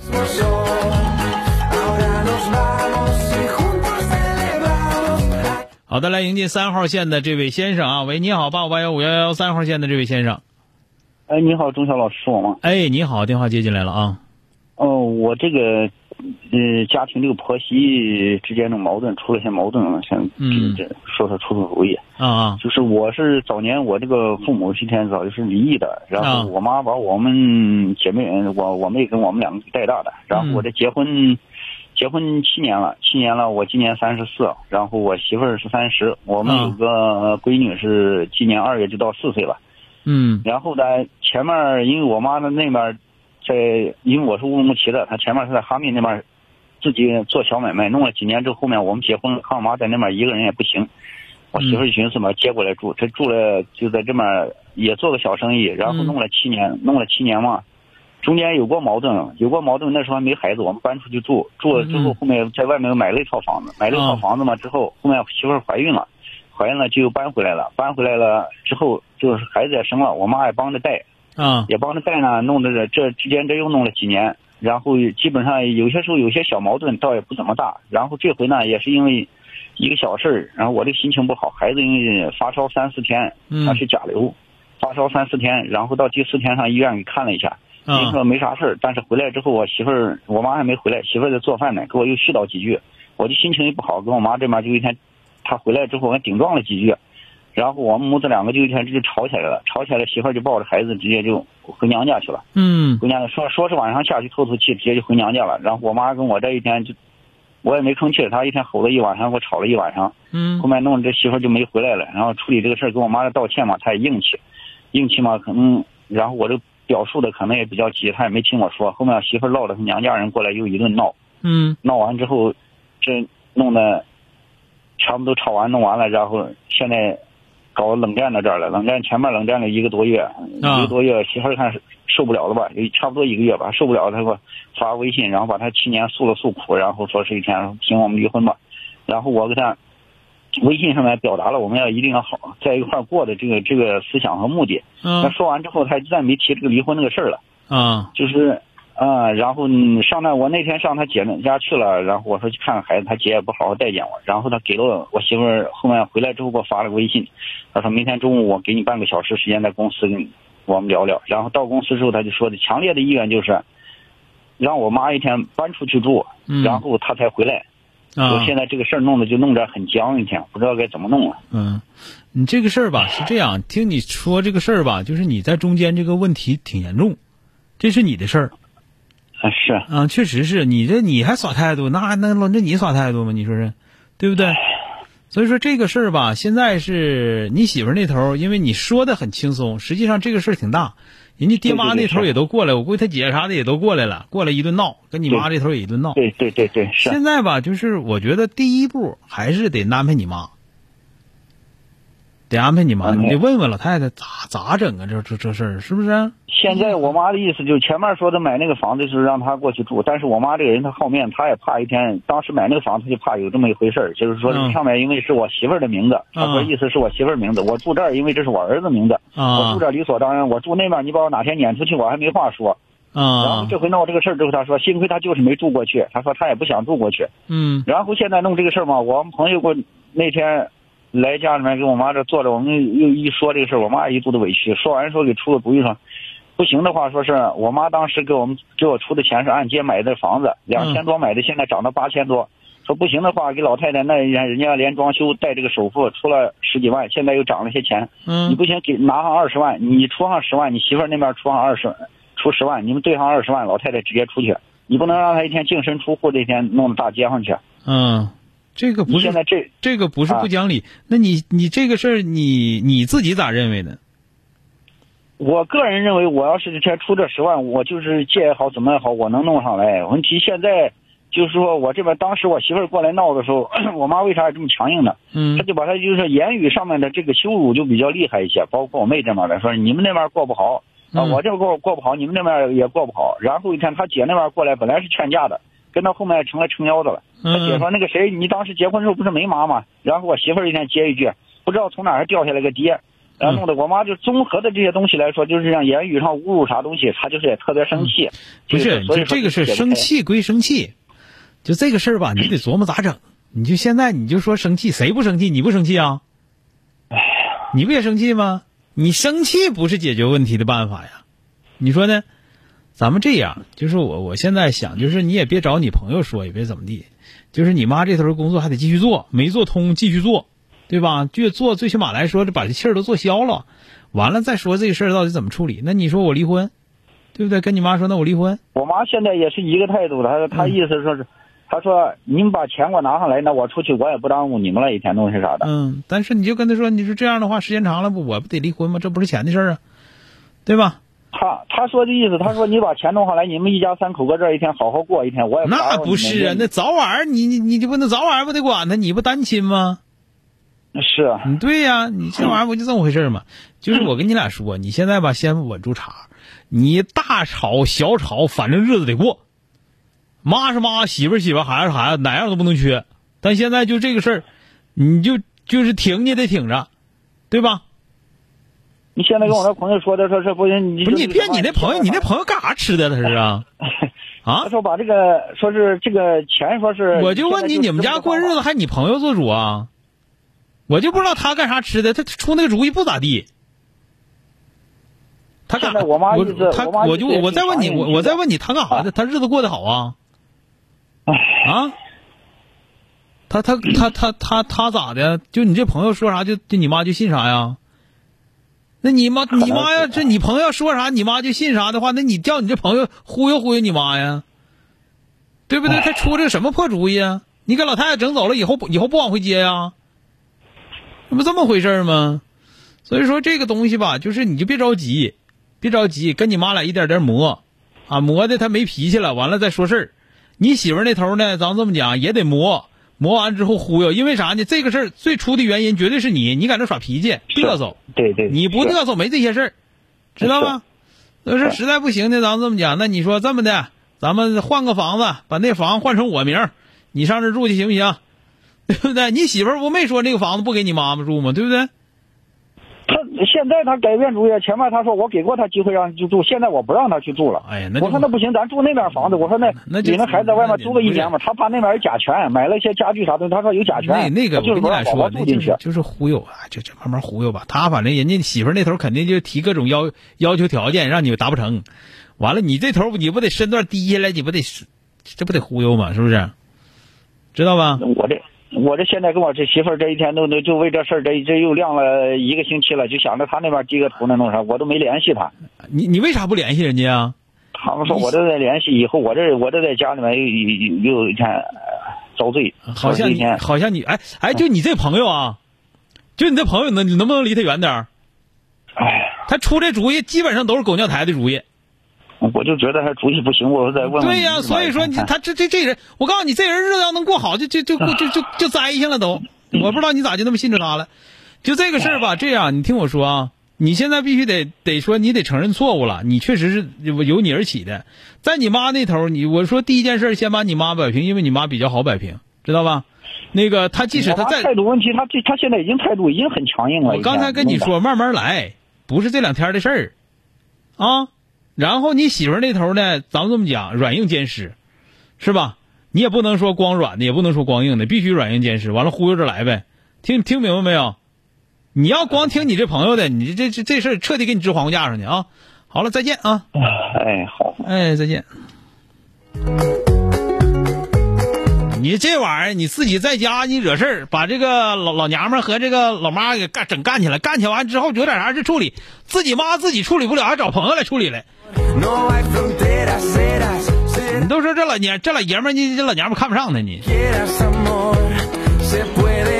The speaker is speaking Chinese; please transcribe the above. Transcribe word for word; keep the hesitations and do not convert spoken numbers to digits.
好的，来迎接三号线的这位先生啊，喂，你好，八五八幺五幺幺三号线的这位先生。 哎，你好，钟晓老师，是我吗？ 哎，你好，电话接进来了啊。 哦，我这个呃家庭这个婆媳之间的矛盾出了些矛盾了，想嗯这说说出出主意啊啊， 就是我是早年我这个父母之前早就是离异的，然啊后我妈把我们姐妹我我妹跟我们两个带大的，然后我这结婚、嗯、结婚七年了，七年了，我今年三十四，然后我媳妇儿是三十，我们有个闺女是今年二月就到四岁了， 嗯， 然后呢前面因为我妈的那边在，因为我是乌鲁木齐的，她前面是在哈密那边自己做小买卖，弄了几年之后，后面我们结婚了，看我妈在那边一个人也不行，我媳妇儿寻思嘛，接过来住，这住了就在这边也做个小生意，然后弄了七年，弄了七年嘛，中间有过矛盾，有过矛盾，那时候还没孩子，我们搬出去住，住了之后，后面在外面买了一套房子，买了一套房子嘛之后，后面媳妇儿怀孕了，怀孕了就又搬回来了，搬回来了之后就是孩子也生了，我妈也帮着带。 啊， 也帮着带呢，弄的这之间这又弄了几年，然后基本上有些时候有些小矛盾倒也不怎么大，然后这回呢也是因为一个小事儿，然后我这个心情不好，孩子因为发烧三四天，他是甲流，发烧三四天，然后到第四天上医院给看了一下，医生没啥事儿，但是回来之后我媳妇儿我妈还没回来，媳妇儿在做饭呢，给我又絮叨几句，我就心情也不好，跟我妈这边就一天，她回来之后我顶撞了几句。然后我们母子两个就一天就吵起来了，吵起来了，媳妇儿就抱着孩子直接就回娘家去了。嗯，回娘家说说是晚上下去透透气，直接就回娘家了。然后我妈跟我这一天就，我也没吭气，她一天吼了一晚上，给我吵了一晚上。嗯，后面弄这媳妇儿就没回来了，然后处理这个事儿跟我妈的道歉嘛，她也硬气，硬气嘛可能，然后我这表述的可能也比较急，她也没听我说。后面媳妇儿唠着她娘家人过来又一顿闹。嗯，闹完之后，这弄得全部都吵完弄完了，然后现在。搞冷战到这儿了，冷战前面冷战了一个多月，一个多月媳妇儿看受不了了吧，也差不多一个月吧，受不了，他给我发微信，然后把他七年诉了诉苦，然后说是一天请我们离婚吧，然后我给他微信上面表达了我们要一定要好在一块过的这个这个思想和目的。那说完之后，他再没提这个离婚那个事儿了。啊，就是。啊、嗯，然后上那我那天上他姐那家去了，然后我说去看看孩子，他姐也不好好待见我，然后他给了我我媳妇儿后面回来之后给我发了个微信，他说明天中午我给你半个小时时间在公司跟你我们聊聊，然后到公司之后他就说的强烈的意愿就是让我妈一天搬出去住，嗯、然后他才回来。啊，我现在这个事儿弄得就弄着很僵一天，不知道该怎么弄了。 嗯，你这个事儿吧是这样，听你说这个事儿吧，就是你在中间这个问题挺严重，这是你的事儿。 啊，是啊，确实是你这你还耍态度，那还能轮着你耍态度吗？你说是，对不对？所以说这个事儿吧，现在是你媳妇儿那头，因为你说的很轻松，实际上这个事儿挺大。人家爹妈那头也都过来，我估计他姐啥的也都过来了，过来一顿闹，跟你妈这头也一顿闹。 对对对对，是。 现在吧，就是我觉得第一步还是得安排你妈，得安排你妈，你得问问老太太咋咋整啊？这这这事儿是不是？ 现在我妈的意思就是前面说的买那个房子是让她过去住，但是我妈这个人她好面，她也怕一天，当时买那个房子就怕有这么一回事儿，就是说上面因为是我媳妇儿的名字，她说意思是我媳妇儿名字，我住这儿因为这是我儿子名字，我住这儿理所当然，我住那边你把我哪天撵出去我还没话说。然后这回闹这个事儿之后，他说幸亏他就是没住过去，他说他也不想住过去。嗯，然后现在弄这个事儿嘛，我们朋友给我那天来家里面给我妈这坐着，我们又一说这个事儿，我妈一肚子委屈，说完说给出了主意说不行的话，说是我妈当时给我们给我出的钱是按揭买的房子，两千多买的，现在涨到八千多。说不行的话，给老太太那人人家连装修带这个首付出了十几万，现在又涨了些钱。嗯，你不行给拿上二十万，你出上十万，你媳妇儿那边出上二十，出十万，你们对上二十万，老太太直接出去，你不能让她一天净身出户，这天弄到大街上去。 嗯，这个不是现在这这个不是不讲理。啊、那你你这个事儿，你你自己咋认为呢？ 我个人认为，我要是这天出这十万，我就是借也好，怎么也好，我能弄上来。问题现在就是说我这边当时我媳妇儿过来闹的时候，我妈为啥也这么强硬呢？嗯，她就把她就是言语上面的这个羞辱就比较厉害一些，包括我妹这边的说你们那边过不好啊，我这边过过不好，你们那边也过不好。然后一看她姐那边过来，本来是劝架的，跟她后面成了撑腰的了。她姐说那个谁，你当时结婚时候不是没妈吗？然后我媳妇儿一天接一句，不知道从哪儿掉下来个爹。 然后弄得我妈就综合的这些东西来说，就是像言语上侮辱啥东西，她就是也特别生气。 嗯、不是，就这个是生气归生气，就这个事儿吧，你得琢磨咋整。你就现在你就说生气，谁不生气？你不生气啊？你不也生气吗？你生气不是解决问题的办法呀，你说呢？咱们这样，就是我我现在想，就是你也别找你朋友说，也别怎么地，就是你妈这头工作还得继续做，没做通继续做，对吧？越做最起码来说，这把这气儿都做消了，完了再说这个事儿到底怎么处理。那你说我离婚，对不对？跟你妈说，那我离婚。 我妈现在也是一个态度，她她意思说是，她说你们把钱给我拿上来，那我出去我也不耽误你们了，一天东西啥的。 嗯，但是你就跟她说，你说这样的话，时间长了不我不得离婚吗？这不是钱的事儿啊，对吧？ 他他说的意思，他说你把钱弄上来，你们一家三口搁这儿一天好好过一天，我也不那不是啊，那早晚你你你就不能早晚不得管他，你不单亲吗？ 是啊， 嗯，对呀、啊，你这玩意儿不就这么回事吗？就是我跟你俩说，你现在吧先稳住茬，你大吵小吵，反正日子得过。妈是妈，媳妇媳妇，孩子孩子，哪样都不能缺。但现在就这个事儿，你就就是挺你得挺着，对吧？ 你现在跟我那朋友说的说是不行，你不是你别你那朋友，你那朋友干啥吃的他是啊？啊？ 他说把这个说是这个钱说是， 我就问你，你们家过日子还你朋友做主啊？我就不知道他干啥吃的，他出那个主意不咋地。他干我妈意思， 他我就我再问你，我我再问你，他干啥的？他日子过得好啊？啊？他他他他他他咋的？就你这朋友说啥就就你妈就信啥呀？那你妈你妈要这你朋友说啥你妈就信啥的话，那你叫你这朋友忽悠忽悠你妈呀，对不对？他出这个什么破主意啊？你给老太太整走了以后以后不往回接呀？那不这么回事吗？所以说这个东西吧，就是你就别着急，别着急，跟你妈俩一点点磨啊，磨的她没脾气了，完了再说事儿。你媳妇那头呢，咱这么讲也得磨。磨完之后忽悠，因为啥呢？这个事儿最初的原因绝对是你，你搁那耍脾气、嘚瑟。 对对， 你不嘚瑟没这些事儿，知道吗？要是实在不行的，咱这么讲，那你说这么的，咱们换个房子，把那房换成我名，你上这住去行不行？对不对？你媳妇儿不没说这个房子不给你妈妈住吗？对不对？ 他现在他改变主意，前面他说我给过他机会让他去住，现在我不让他去住了。 哎呀，那我说那不行，咱住那边房子。我说那那你那孩子在外面租个一年嘛，他怕那边有甲醛，买了一些家具啥东西，他说有甲醛。 那那个我跟你俩说， 那就是就是忽悠啊，就就慢慢忽悠吧。他反正人家媳妇那头肯定就提各种要要求条件，让你达不成。完了，你这头你不得身段低下来，你不得这不得忽悠吗？是不是？知道吧？ 我这。我这现在跟我这媳妇儿这一天都都就为这事儿，这这又晾了一个星期了，就想着他那边低个头那弄啥，我都没联系他。 你你为啥不联系人家啊？ 他们说我这在联系，以后我这我这在家里面又又有一天遭罪。 好像你好像你哎哎，就你这朋友啊，就你这朋友能你能不能离他远点儿？ 哎， 他出这主意基本上都是狗尿台的主意。 我就觉得他主意不行，我再问问。 对呀、啊，所以说你他这这这人，我告诉你，这人日子要能过好，就就就就就就就栽下了都。我不知道你咋就那么信着他了。就这个事儿吧，这样你听我说啊，你现在必须得得说，你得承认错误了，你确实是由你而起的。在你妈那头，你我说第一件事先把你妈摆平，因为你妈比较好摆平，知道吧？那个他即使他在态度问题，他这他现在已经态度已经很强硬了。 我刚才跟你说，慢慢来，不是这两天的事儿啊。然后你媳妇那头呢，咱们这么讲，软硬兼施，是吧？你也不能说光软的，也不能说光硬的，必须软硬兼施。完了忽悠着来呗，听听明白没有？你要光听你这朋友的，你这这这事儿彻底给你支黄瓜架上去啊！好了，再见啊！ 哎，好， 哎，再见。你这玩意儿你自己在家你惹事儿，把这个老老娘们和这个老妈给干整干起来，干起完之后有点啥事处理，自己妈自己处理不了，还找朋友来处理来。你都说这老娘这老爷们儿，你这老娘们看不上他你。